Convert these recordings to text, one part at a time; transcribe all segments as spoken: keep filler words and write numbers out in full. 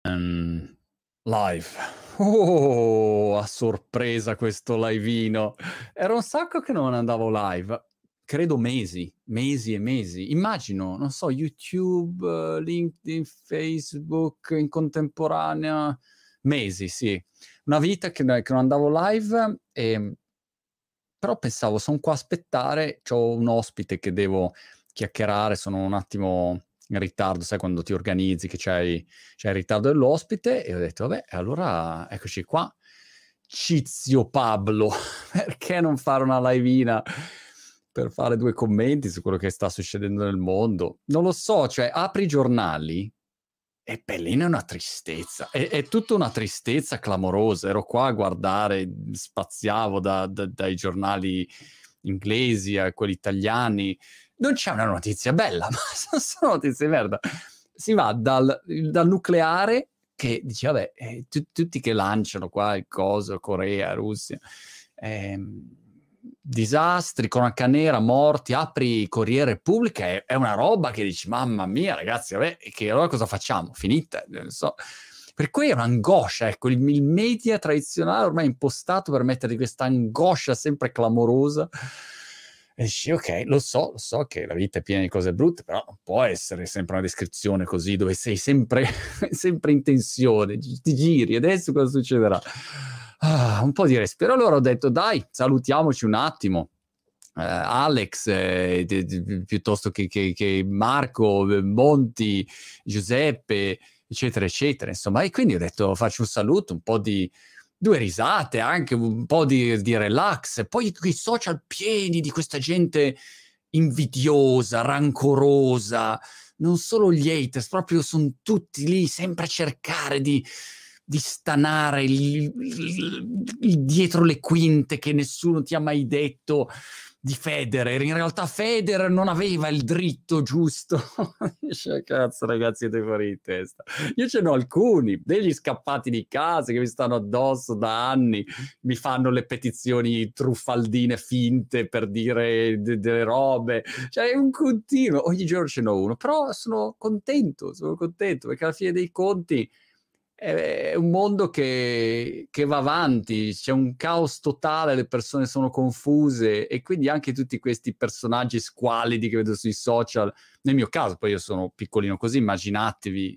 Ehm, live. Oh, a sorpresa questo liveino. Era un sacco che non andavo live, credo mesi, mesi e mesi. Immagino, non so, YouTube, LinkedIn, Facebook in contemporanea, mesi, sì. Una vita che n che non andavo live, ehm, però pensavo: "Son qua a aspettare, c'ho un ospite che devo chiacchierare, sono un attimo in ritardo", sai quando ti organizzi che c'hai c'hai il ritardo dell'ospite, e ho detto: "Vabbè, e allora eccoci qua. Cizio Pablo, perché non fare una liveina per fare due commenti su quello che sta succedendo nel mondo?" Non lo so, cioè apri i giornali e Berlino è una tristezza, è è tutta una tristezza clamorosa. Ero qua a guardare, mhmm, spaziavo da da dai giornali inglesi a quelli italiani. Non c'è una notizia bella, ma son solo notizie di merda. Si va dal il dal nucleare che dici: "Vabbè, eh, tu tutti che lanciano qua il coso, Corea, Russia, ehm, disastri, cronaca nera, morti", apri Corriere Repubblica, è è una roba che dici: "Mamma mia ragazzi, vabbè, e che allora cosa facciamo? Finita?" Non so. Per cui è un'angoscia, ecco, il il media tradizionale ormai è impostato per metterti questa angoscia sempre clamorosa e dici: "Okay, lo so, lo so che la vita è piena di cose brutte, però non può essere sempre una descrizione così, dove sei sempre sempre in tensione, gi ti giri, adesso cosa succederà?" Ah, un po' di respiro. Allora ho detto: "Dai, salutiamoci un attimo, ehm, Alex, ehm, d d piuttosto che che che Marco, v Monti, Giuseppe, eccetera, eccetera, insomma." E quindi ho detto: "Faccio un saluto, un po' di due risate, anche un po' di di relax." E poi quei social pieni di questa gente invidiosa, rancorosa, non solo gli haters, proprio son tutti lì sempre a cercare di di stanare il il il dietro le quinte che nessuno ti ha mai detto di Federer. In realtà Federer non aveva il dritto giusto. Dici: "Cazzo ragazzi, siete fuori di testa." Io ce n'ho alcuni, degli scappati di casa che mi stanno addosso da anni, mi fanno le petizioni truffaldine finte per dire de delle robe, cioè è un continuo, ogni giorno ce n'ho uno, però sono contento, sono contento perché alla fine dei conti è un mondo che che va avanti, c'è un caos totale, le persone sono confuse e quindi anche tutti questi personaggi squallidi che vedo sui social, nel mio caso, poi io sono piccolino così, immaginatevi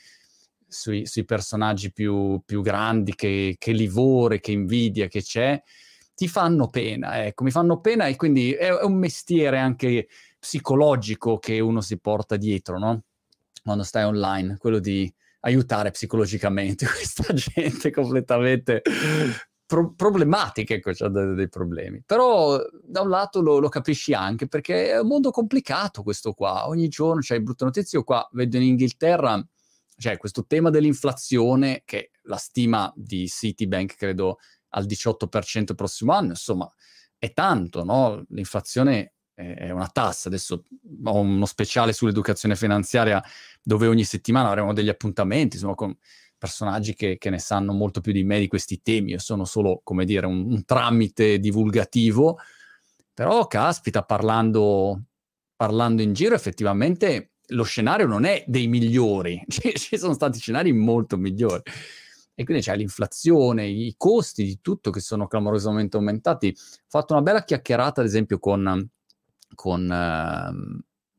sui sui personaggi più più grandi, che che livore, che invidia che c'è, ti fanno pena, ecco, mi fanno pena e quindi è è un mestiere anche psicologico che uno si porta dietro, no, quando stai online, quello di aiutare psicologicamente questa gente completamente pro problematica, ecco, c'ha de dei problemi. Però da un lato lo lo capisci anche, perché è un mondo complicato questo qua. Ogni giorno c'hai brutte notizie. Io qua vedo in Inghilterra, c'è questo tema dell'inflazione che la stima di Citibank credo al diciotto per cento il prossimo anno, insomma è tanto, no, l'inflazione è è una tassa. Adesso ho uno speciale sull'educazione finanziaria dove ogni settimana avremo degli appuntamenti, insomma, con personaggi che che ne sanno molto più di me di questi temi. Io sono solo, come dire, un un tramite divulgativo, però caspita, parlando parlando in giro effettivamente lo scenario non è dei migliori, ci ci sono stati scenari molto migliori. E quindi c'hai l'inflazione, i costi di tutto che sono clamorosamente aumentati. Ho fatto una bella chiacchierata ad esempio con con, ehm,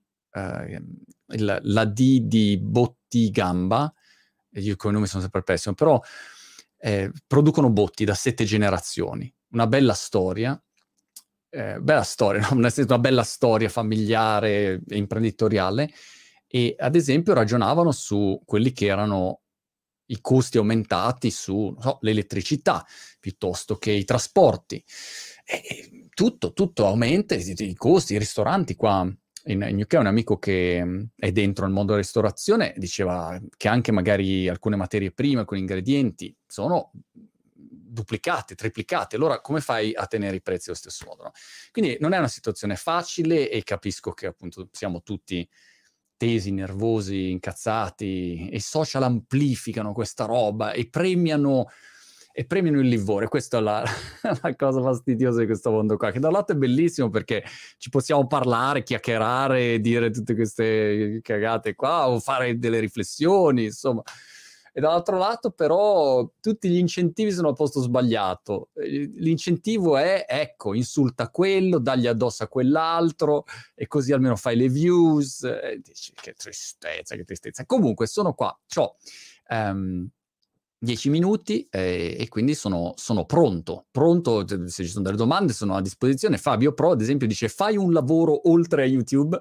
ehm, il la D di Bottigamba, e io coi nomi sono sempre pessimo, però, ehm, producono botti da sette generazioni. Una bella storia, ehm, bella storia, no, nel senso una bella storia familiare e imprenditoriale, e ad esempio ragionavano su quelli che erano i costi aumentati su, non so, l'elettricità, piuttosto che i trasporti. E e tutto, tutto aumenta, i i costi, i ristoranti qua in in U K, un amico che, mhmm, è dentro il mondo della ristorazione diceva che anche magari alcune materie prime, alcuni ingredienti sono duplicati, triplicati. Allora come fai a tenere i prezzi allo stesso modo, no? Quindi non è una situazione facile e capisco che appunto siamo tutti tesi, nervosi, incazzati, e i social amplificano questa roba e premiano e premiano il livore. Questa è la la cosa fastidiosa di questo mondo qua, che da un lato è bellissimo perché ci possiamo parlare, chiacchierare, dire tutte queste cagate qua o fare delle riflessioni, insomma. e dall'altro lato però tutti gli incentivi sono al posto sbagliato. L'incentivo è, ecco, insulta quello, dagli addosso a quell'altro e così almeno fai le views. E dici, che tristezza, che tristezza. Comunque sono qua, c'ho um, dieci minuti eh, e quindi sono, sono pronto, pronto, se ci sono delle domande sono a disposizione. Fabio Pro ad esempio dice fai un lavoro oltre a YouTube?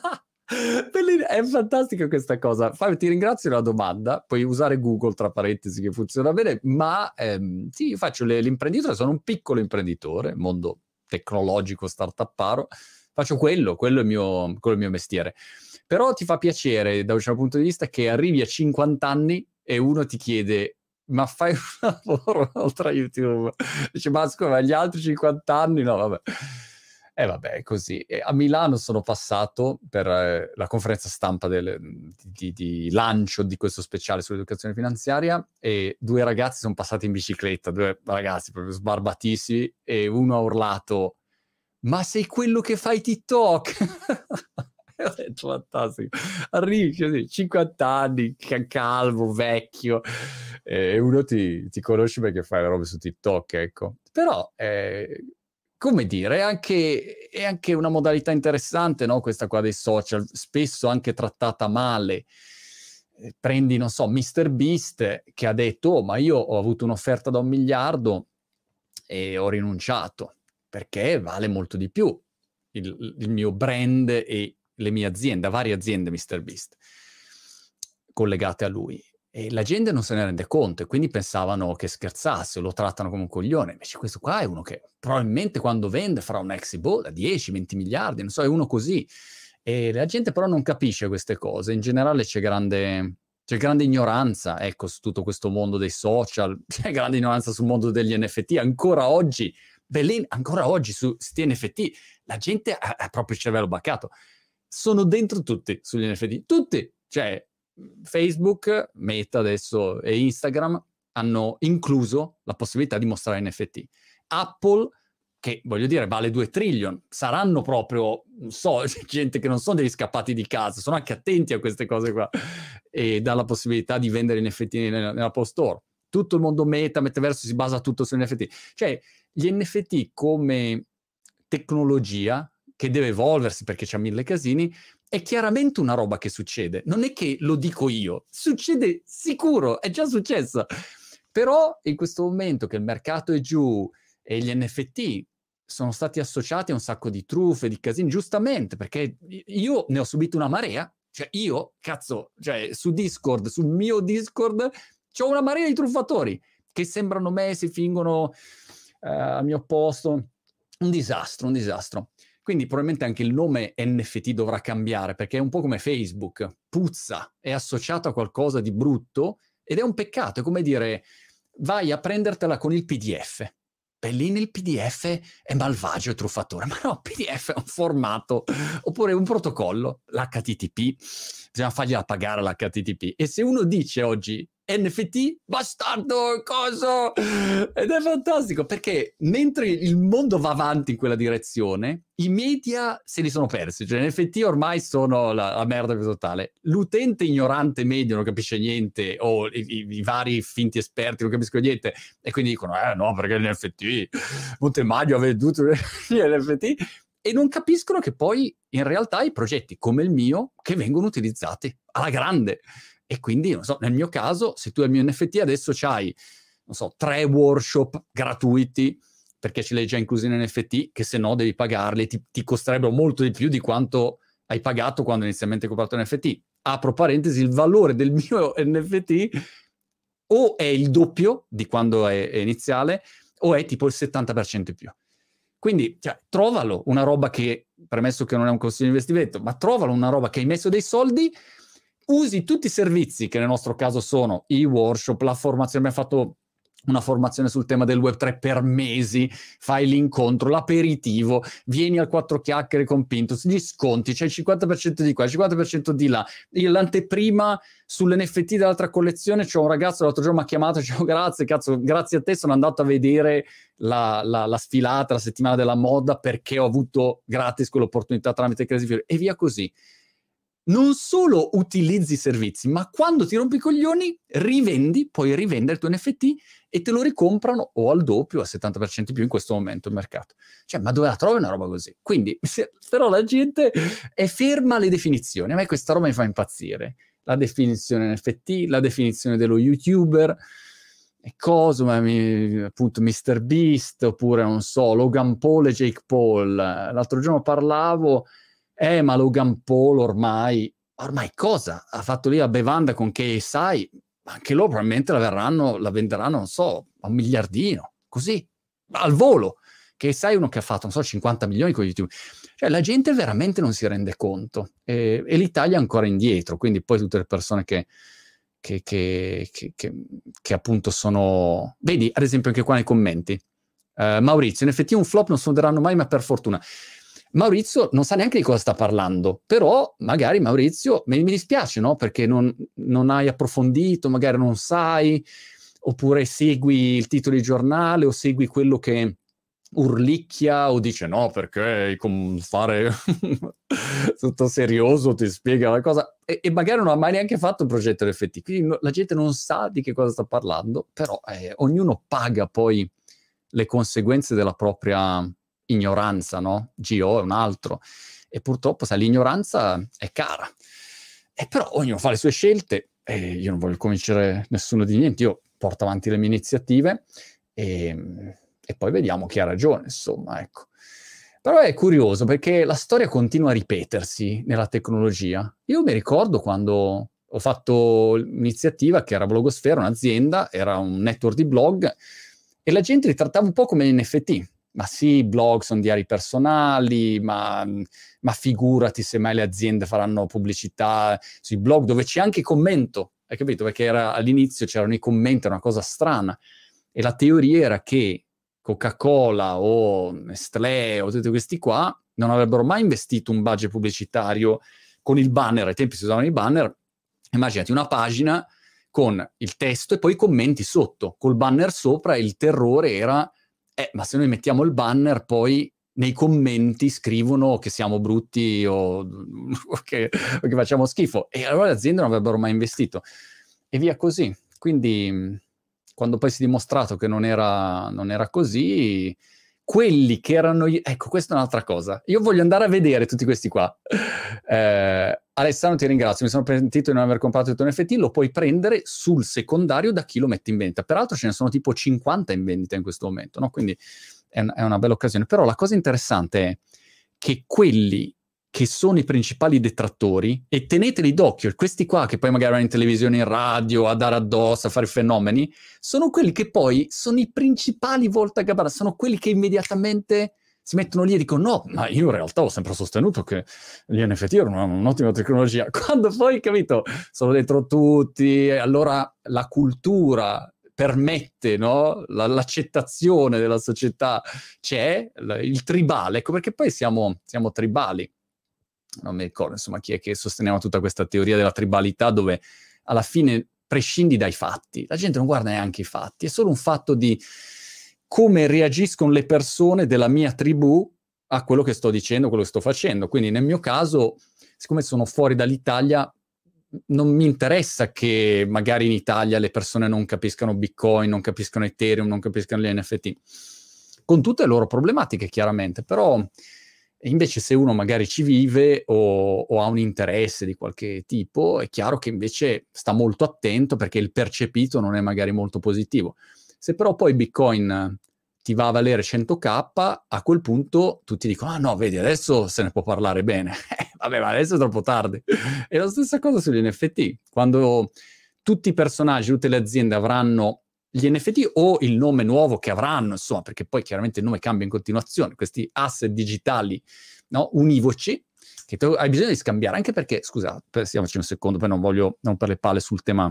È fantastica questa cosa. Fabio, ti ringrazio della domanda, puoi usare Google tra parentesi che funziona bene, ma ehm, sì, io faccio le, l'imprenditore, sono un piccolo imprenditore, mondo tecnologico, startupparo, faccio quello, quello è il mio, quello è il mio mestiere. Però ti fa piacere da un certo punto di vista che arrivi a cinquanta anni e uno ti chiede ma fai un lavoro oltre a YouTube? Dice, ma scusa, gli altri cinquanta anni? No, vabbè. E eh, vabbè, è così. E a Milano sono passato per eh, la conferenza stampa del, di, di, di lancio di questo speciale sull'educazione finanziaria e due ragazzi sono passati in bicicletta, due ragazzi proprio sbarbatissimi, e uno ha urlato, ma sei quello che fai TikTok? Ho detto, fantastico. Arrivi così, cinquanta anni, calvo, vecchio, e uno ti, ti conosce perché fai le robe su TikTok, ecco. Però, eh, come dire, è anche, è anche una modalità interessante, no? Questa qua dei social, spesso anche trattata male. Eh, prendi, non so, MrBeast, che ha detto, oh, ma io ho avuto un'offerta da un miliardo e ho rinunciato, perché vale molto di più il, il mio brand e le mie aziende, varie aziende MrBeast collegate a lui, e la gente non se ne rende conto e quindi pensavano che scherzasse, lo trattano come un coglione. Invece questo qua è uno che probabilmente quando vende farà un exit da dieci venti miliardi, non so, è uno così, e la gente però non capisce queste cose. In generale c'è grande c'è grande ignoranza, ecco, su tutto questo mondo dei social, c'è grande ignoranza sul mondo degli N F T ancora oggi. Bellin, ancora oggi su sti N F T la gente ha, ha proprio il cervello baccato. Sono dentro tutti sugli N F T, tutti, cioè Facebook, Meta adesso e Instagram hanno incluso la possibilità di mostrare N F T. Apple, che voglio dire vale due trillion, saranno proprio, non so, gente che non sono degli scappati di casa, sono anche attenti a queste cose qua, e dà la possibilità di vendere N F T nella, nell'Apple Store. Tutto il mondo Meta, metaverso si basa tutto su N F T. Cioè, gli N F T come tecnologia, che deve evolversi perché c'ha mille casini, è chiaramente una roba che succede. Non è che lo dico io, succede sicuro, è già successo. Però in questo momento che il mercato è giù e gli N F T sono stati associati a un sacco di truffe, di casini, giustamente, perché io ne ho subito una marea. Cioè io, cazzo, cioè su Discord, sul mio Discord, c'ho una marea di truffatori che sembrano me, si fingono uh, al mio posto. Un disastro, un disastro. Quindi probabilmente anche il nome N F T dovrà cambiare, perché è un po' come Facebook, puzza, è associato a qualcosa di brutto ed è un peccato. È come dire, vai a prendertela con il P D F. E lì nel P D F è malvagio e truffatore, ma no, P D F è un formato, oppure un protocollo, l'H T T P, bisogna fargliela pagare l'H T T P. E se uno dice oggi N F T, bastardo, coso, ed è fantastico, perché mentre il mondo va avanti in quella direzione, i media se li sono persi, cioè N F T ormai sono la, la merda più totale. L'utente ignorante medio non capisce niente, o i, i, i vari finti esperti non capiscono niente, e quindi dicono, eh no, perché l'N F T, Montemaggio ha venduto gli N F T, e non capiscono che poi in realtà i progetti come il mio che vengono utilizzati alla grande. E quindi, non so, nel mio caso, se tu hai il mio N F T adesso c'hai, non so, tre workshop gratuiti, perché ce li hai già inclusi in N F T, che se no devi pagarli, ti, ti costerebbero molto di più di quanto hai pagato quando inizialmente hai comprato N F T. Apro parentesi, il valore del mio N F T o è il doppio di quando è, è iniziale, o è tipo il settanta per cento in più. Quindi, cioè, trovalo una roba che, premesso che non è un consiglio di investimento, ma trovalo una roba che hai messo dei soldi, usi tutti i servizi che nel nostro caso sono i workshop, la formazione. Abbiamo fatto una formazione sul tema del web tre per mesi, fai l'incontro, l'aperitivo, vieni al quattro chiacchiere con Pintus, gli sconti, c'è il cinquanta per cento di qua, il cinquanta per cento di là, l'anteprima sull'N F T dell'altra collezione. C'è un ragazzo l'altro giorno mi ha chiamato, dicevo grazie, cazzo, grazie a te sono andato a vedere la, la, la sfilata, la settimana della moda, perché ho avuto gratis quell'opportunità tramite Crazy Fury, e via così. non solo utilizzi i servizi, ma quando ti rompi i coglioni, rivendi, puoi rivendere il tuo N F T e te lo ricomprano o al doppio, al settanta per cento in più in questo momento il mercato. Cioè, ma dove la trovi una roba così? Quindi, se, però la gente è ferma alle definizioni. A me questa roba mi fa impazzire. La definizione N F T, la definizione dello YouTuber, e cosa, ma mi, appunto mister Beast, oppure, non so, Logan Paul e Jake Paul. L'altro giorno parlavo... Eh, ma Logan Paul ormai, ormai cosa? Ha fatto lì la bevanda con K S I, anche loro probabilmente la, verranno, la venderanno, non so, a un miliardino, così, al volo. K S I è uno che ha fatto, non so, cinquanta milioni con YouTube. Cioè, la gente veramente non si rende conto. E, e l'Italia è ancora indietro, quindi poi tutte le persone che, che, che, che, che, che appunto sono... Vedi, ad esempio, anche qua nei commenti. Uh, Maurizio, in effetti un flop non suoneranno mai, ma per fortuna... Maurizio non sa neanche di cosa sta parlando, però magari Maurizio, mi, mi dispiace, no? Perché non, non hai approfondito, magari non sai, oppure segui il titolo di giornale o segui quello che urlicchia o dice no, perché con fare tutto serioso ti spiega la cosa, e, e magari non ha mai neanche fatto un progetto N F T, quindi no, la gente non sa di che cosa sta parlando, però eh, ognuno paga poi le conseguenze della propria... ignoranza, no? G O è un altro. E purtroppo, sai, l'ignoranza è cara. E però ognuno fa le sue scelte e io non voglio convincere nessuno di niente. Io porto avanti le mie iniziative e, e poi vediamo chi ha ragione, insomma, ecco. Però è curioso perché la storia continua a ripetersi nella tecnologia. Io mi ricordo quando ho fatto l'iniziativa che era Blogosfera, un'azienda, era un network di blog e la gente li trattava un po' come N F T. Ma sì, i blog sono diari personali, ma, ma figurati se mai le aziende faranno pubblicità sui blog dove c'è anche commento, hai capito? Perché era, all'inizio c'erano i commenti, era una cosa strana. E la teoria era che Coca-Cola o Nestlé o tutti questi qua non avrebbero mai investito un budget pubblicitario con il banner, ai tempi si usavano i banner, immaginati una pagina con il testo e poi i commenti sotto, col banner sopra, e il terrore era... Eh, ma se noi mettiamo il banner, poi nei commenti scrivono che siamo brutti o, o, che, o che facciamo schifo. E allora le aziende non avrebbero mai investito. E via così. Quindi, quando poi si è dimostrato che non era, non era così, quelli che erano... Ecco, questa è un'altra cosa. Io voglio andare a vedere tutti questi qua. Eh, Alessandro, ti ringrazio. Mi sono pentito di non aver comprato il tuo N F T. Lo puoi prendere sul secondario da chi lo mette in vendita. Peraltro ce ne sono tipo cinquanta in vendita in questo momento, no? Quindi è, un, è una bella occasione. Però la cosa interessante è che quelli che sono i principali detrattori, e teneteli d'occhio, questi qua che poi magari vanno in televisione, in radio, a dare addosso, a fare fenomeni, sono quelli che poi sono i principali voltagabbana, sono quelli che immediatamente si mettono lì e dicono no, ma io in realtà ho sempre sostenuto che gli N F T erano un'ottima tecnologia, quando poi, capito, sono dentro tutti, allora la cultura permette, no? La, l'accettazione della società c'è, il tribale, ecco perché poi siamo, siamo tribali. Non mi ricordo, insomma, chi è che sosteneva tutta questa teoria della tribalità dove alla fine prescindi dai fatti. La gente non guarda neanche i fatti, è solo un fatto di come reagiscono le persone della mia tribù a quello che sto dicendo, quello che sto facendo. Quindi nel mio caso, siccome sono fuori dall'Italia, non mi interessa che magari in Italia le persone non capiscano Bitcoin, non capiscano Ethereum, non capiscano gli N F T. Con tutte le loro problematiche, chiaramente, però... Invece se uno magari ci vive o, o ha un interesse di qualche tipo, è chiaro che invece sta molto attento perché il percepito non è magari molto positivo. Se però poi Bitcoin ti va a valere cento k, a quel punto tutti dicono ah no, vedi, adesso se ne può parlare bene. Vabbè, ma adesso è troppo tardi. E la stessa cosa sugli N F T. Quando tutti i personaggi, tutte le aziende avranno gli N F T o il nome nuovo che avranno, insomma, perché poi chiaramente il nome cambia in continuazione, questi asset digitali, no, univoci, che tu hai bisogno di scambiare, anche perché, scusa, stiamoci un secondo, poi non voglio non per le palle sul tema,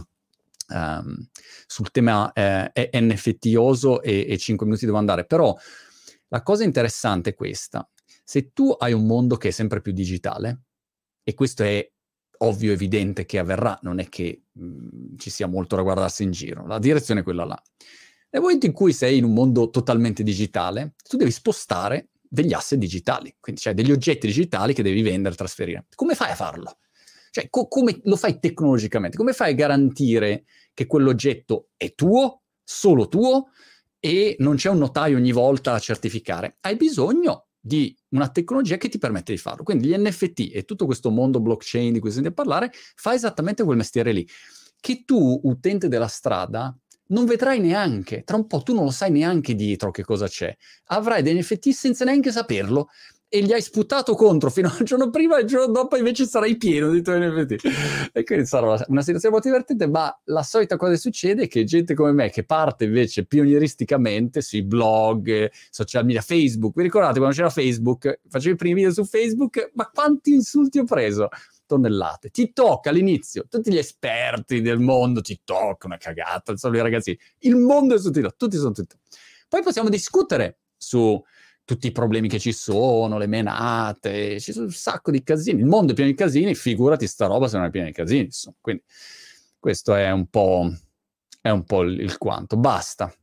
um, sul tema eh, N F T-oso e, e cinque minuti devo andare, però la cosa interessante è questa, se tu hai un mondo che è sempre più digitale, e questo è ovvio, evidente che avverrà, non è che mh, ci sia molto da guardarsi in giro, la direzione è quella là. Nel momento in cui sei in un mondo totalmente digitale, tu devi spostare degli asset digitali, quindi cioè degli oggetti digitali che devi vendere, trasferire. Come fai a farlo? Cioè, co- come lo fai tecnologicamente? Come fai a garantire che quell'oggetto è tuo, solo tuo, e non c'è un notaio ogni volta a certificare? Hai bisogno di una tecnologia che ti permette di farlo. Quindi gli N F T e tutto questo mondo blockchain di cui senti parlare fa esattamente quel mestiere lì, che tu, utente della strada, non vedrai neanche. Tra un po' tu non lo sai neanche dietro che cosa c'è. Avrai dei N F T senza neanche saperlo, e gli hai sputato contro fino al giorno prima, e il giorno dopo invece sarai pieno di tuoi N F T. E quindi sarà una situazione molto divertente, ma la solita cosa che succede è che gente come me, che parte invece pionieristicamente sui blog, social media, Facebook, vi ricordate quando c'era Facebook, facevo i primi video su Facebook, ma quanti insulti ho preso? Tonnellate. TikTok all'inizio, tutti gli esperti del mondo, TikTok, una cagata, solo i ragazzi, il mondo è su TikTok, tutti sono TikTok. Poi possiamo discutere su tutti i problemi che ci sono, le menate, ci sono un sacco di casini, il mondo è pieno di casini, figurati sta roba se non è piena di casini, insomma. Quindi questo è un po', è un po' il, il quanto. Basta.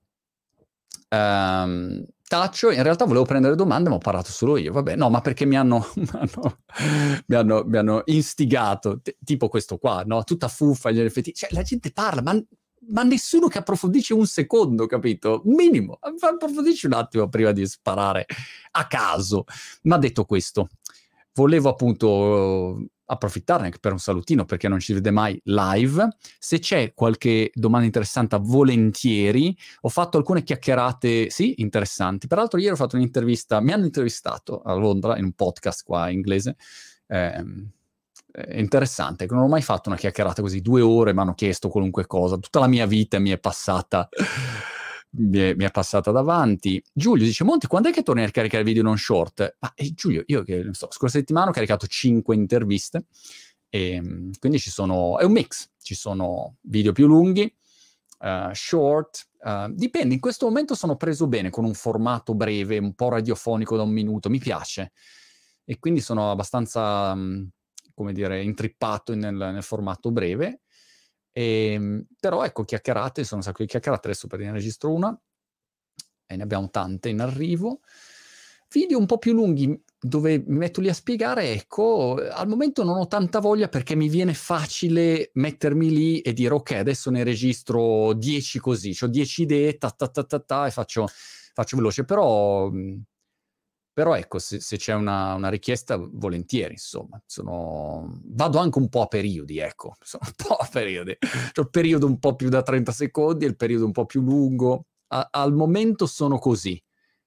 Um, taccio, in realtà volevo prendere domande, ma ho parlato solo io, vabbè, no, ma perché mi hanno, mi hanno, mi hanno, mi hanno instigato, T- tipo questo qua, no? Tutta fuffa, gli N F T, cioè la gente parla, ma... ma nessuno che approfondisce un secondo, capito? Minimo, approfondisci un attimo prima di sparare a caso. Ma detto questo, volevo appunto approfittarne anche per un salutino, perché non ci vede mai live. Se c'è qualche domanda interessante, volentieri. Ho fatto alcune chiacchierate, sì, interessanti. Peraltro ieri ho fatto un'intervista, mi hanno intervistato a Londra in un podcast qua inglese, ehm, interessante, non ho mai fatto una chiacchierata così, due ore mi hanno chiesto qualunque cosa, tutta la mia vita mi è passata mi è, mi è passata davanti. Giulio dice: Monti, quando è che torni a caricare video non short? Ma eh, Giulio, io che non so, scorsa settimana ho caricato cinque interviste, e quindi ci sono, è un mix, ci sono video più lunghi, uh, short, uh, dipende. In questo momento sono preso bene con un formato breve, un po' radiofonico da un minuto, mi piace, e quindi sono abbastanza um, come dire, intrippato nel, nel formato breve. E, però ecco, chiacchierate, sono un sacco di chiacchierate, adesso per ne registro una, e ne abbiamo tante in arrivo. Video un po' più lunghi, dove mi metto lì a spiegare, ecco, al momento non ho tanta voglia, perché mi viene facile mettermi lì e dire, ok, adesso ne registro dieci così, ho dieci idee, ta ta ta ta ta, e faccio, faccio veloce, però... Però ecco, se, se c'è una, una richiesta, volentieri, insomma. Sono... Vado anche un po' a periodi, ecco. Sono un po' a periodi. C'ho il periodo un po' più da trenta secondi e il periodo un po' più lungo. A, al momento sono così.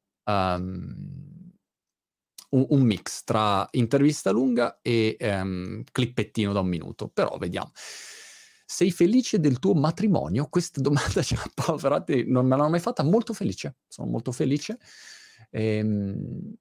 Um, un, un mix tra intervista lunga e um, clippettino da un minuto. Però vediamo. Sei felice del tuo matrimonio? Questa domanda ce l'ha veramente, non me l'hanno mai fatta. Molto felice. Sono molto felice. Ehm,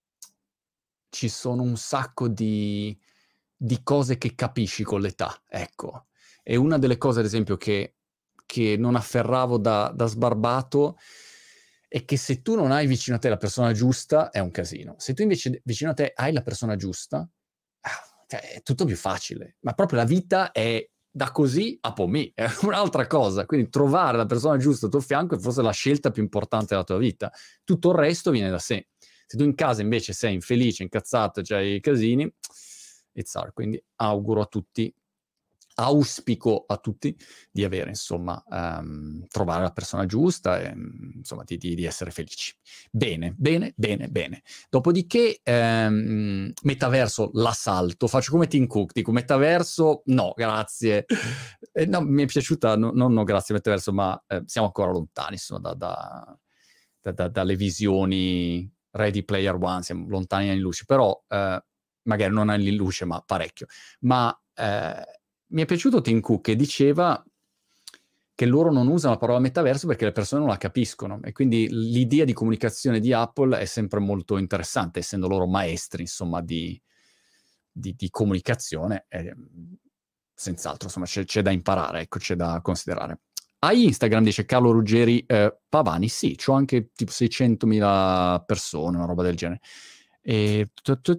ci sono un sacco di, di cose che capisci con l'età, ecco. E una delle cose, ad esempio, che, che non afferravo da, da sbarbato è che se tu non hai vicino a te la persona giusta, è un casino. Se tu invece vicino a te hai la persona giusta, cioè, è tutto più facile. Ma proprio la vita è da così a pomì, è un'altra cosa. Quindi trovare la persona giusta al tuo fianco è forse la scelta più importante della tua vita. Tutto il resto viene da sé. Se tu in casa invece sei infelice, incazzato, c'hai i casini, it's hard. Quindi auguro a tutti, auspico a tutti di avere, insomma, um, trovare la persona giusta e, insomma, di, di, di essere felici. Bene, bene, bene, bene. Dopodiché, um, metaverso la salto, faccio come Tim Cook, dico metaverso, no, grazie. Eh, no, mi è piaciuta, no, non no, grazie metaverso, ma eh, siamo ancora lontani, insomma, da, da, da, da, dalle visioni Ready Player One, siamo lontani anni luce, però eh, magari non anni luce, ma parecchio. Ma eh, mi è piaciuto Tim Cook che diceva che loro non usano la parola metaverso perché le persone non la capiscono, e quindi l'idea di comunicazione di Apple è sempre molto interessante, essendo loro maestri, insomma, di, di, di comunicazione. Eh, senz'altro, insomma, c'è, c'è da imparare, ecco, c'è da considerare. Hai Instagram, dice Carlo Ruggeri eh, Pavani? Sì, c'ho anche tipo seicentomila persone, una roba del genere. E...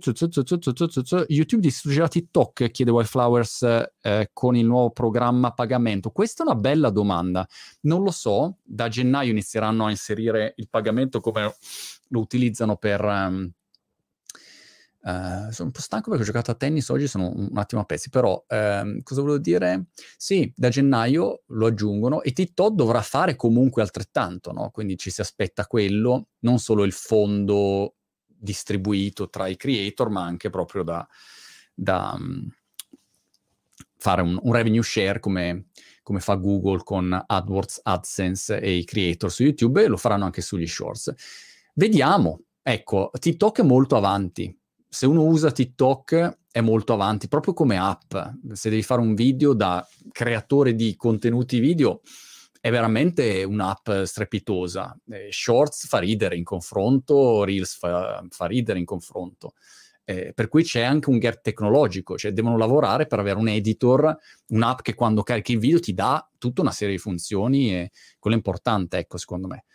YouTube distruggerà TikTok, chiede Wildflowers, eh, con il nuovo programma a pagamento. Questa è una bella domanda. Non lo so, da gennaio inizieranno a inserire il pagamento come lo utilizzano per... Um, Uh, sono un po' stanco perché ho giocato a tennis oggi, sono un, un attimo a pezzi, però ehm, cosa volevo dire? Sì, da gennaio lo aggiungono e TikTok dovrà fare comunque altrettanto, no? Quindi ci si aspetta quello, non solo il fondo distribuito tra i creator, ma anche proprio da, da um, fare un, un revenue share come, come fa Google con AdWords, AdSense e i creator su YouTube, e lo faranno anche sugli shorts. Vediamo, ecco, TikTok è molto avanti. Se uno usa TikTok è molto avanti, proprio come app. Se devi fare un video da creatore di contenuti video, è veramente un'app strepitosa. Eh, Shorts fa ridere in confronto, Reels fa, fa ridere in confronto. Eh, per cui c'è anche un gap tecnologico, cioè devono lavorare per avere un editor, un'app che quando carichi il video ti dà tutta una serie di funzioni, e quello è importante, ecco, secondo me.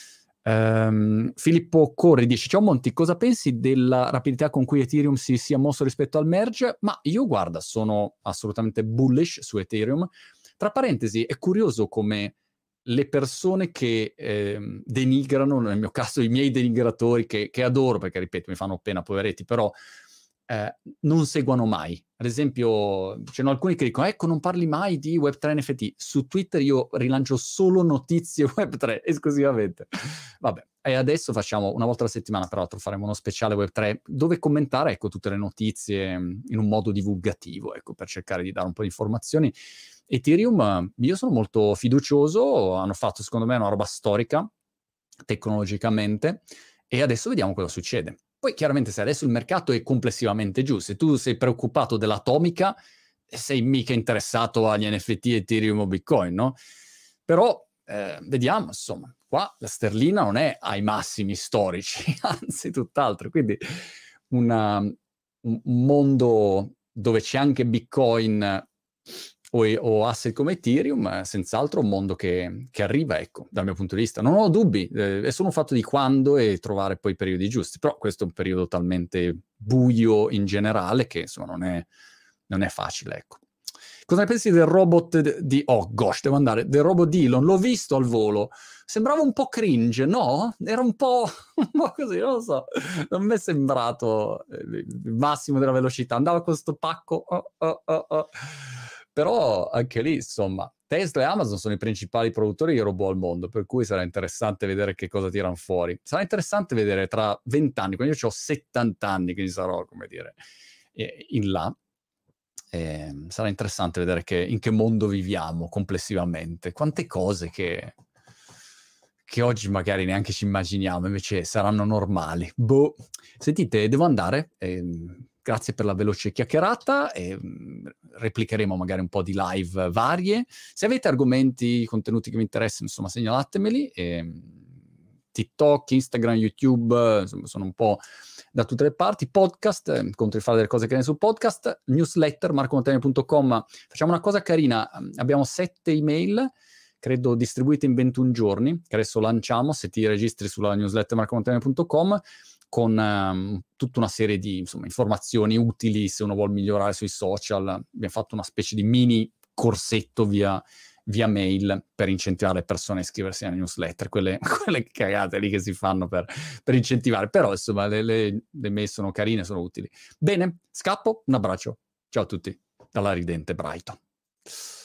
Um, Filippo Corri dice: ciao Monti, cosa pensi della rapidità con cui Ethereum si sia mosso rispetto al merge? Ma io, guarda, sono assolutamente bullish su Ethereum. Tra parentesi, è curioso come le persone che eh, denigrano, nel mio caso i miei denigratori, che, che adoro perché, ripeto, mi fanno pena, poveretti, però eh, non seguono mai. Ad esempio, ce ne sono alcuni che dicono: ecco, non parli mai di web tre N F T. Su Twitter io rilancio solo notizie web tre, esclusivamente. Vabbè, e adesso facciamo, una volta alla settimana, peraltro, faremo uno speciale web tre, dove commentare, ecco, tutte le notizie in un modo divulgativo, ecco, per cercare di dare un po' di informazioni. Ethereum, io sono molto fiducioso, hanno fatto, secondo me, una roba storica, tecnologicamente, e adesso vediamo cosa succede. Poi chiaramente, se adesso il mercato è complessivamente giù, se tu sei preoccupato dell'atomica, sei mica interessato agli N F T, Ethereum o Bitcoin, no? Però eh, vediamo, insomma, qua la sterlina non è ai massimi storici, anzi tutt'altro, quindi una, un, un mondo dove c'è anche Bitcoin o, o asset come Ethereum, è senz'altro un mondo che, che arriva, ecco, dal mio punto di vista. Non ho dubbi, eh, è solo un fatto di quando e trovare poi i periodi giusti, però questo è un periodo talmente buio in generale che, insomma, non è, non è facile, ecco. Cosa ne pensi del robot di... Oh, gosh, devo andare. Del robot di Elon, l'ho visto al volo. Sembrava un po' cringe, no? Era un po', un po' così, non lo so. Non mi è sembrato il massimo della velocità. Andava con sto pacco. Oh, oh, oh, oh. Però anche lì, insomma, Tesla e Amazon sono i principali produttori di robot al mondo, per cui sarà interessante vedere che cosa tirano fuori. Sarà interessante vedere tra vent'anni, quando io ho settanta anni, quindi sarò, come dire, in là. Eh, sarà interessante vedere che, in che mondo viviamo complessivamente. Quante cose che, che oggi magari neanche ci immaginiamo, invece saranno normali. Boh. Sentite, devo andare. Eh, grazie per la veloce chiacchierata. E, mh, replicheremo magari un po' di live varie. Se avete argomenti, contenuti che vi interessano, insomma, segnalatemeli. E, TikTok, Instagram, YouTube, insomma, sono un po' da tutte le parti. Podcast, eh, conto di fare delle cose carine sul podcast. Newsletter, marco montagna punto com. Facciamo una cosa carina, abbiamo sette email, credo distribuite in ventuno giorni, che adesso lanciamo, se ti registri sulla newsletter marco montagna punto com, con um, tutta una serie di, insomma, informazioni utili se uno vuole migliorare sui social. Abbiamo fatto una specie di mini corsetto via via mail per incentivare le persone a iscriversi alla newsletter, quelle, quelle cagate lì che si fanno per, per incentivare, però insomma le, le, le mail sono carine, sono utili. Bene, scappo, un abbraccio, ciao a tutti, dalla ridente Brighton.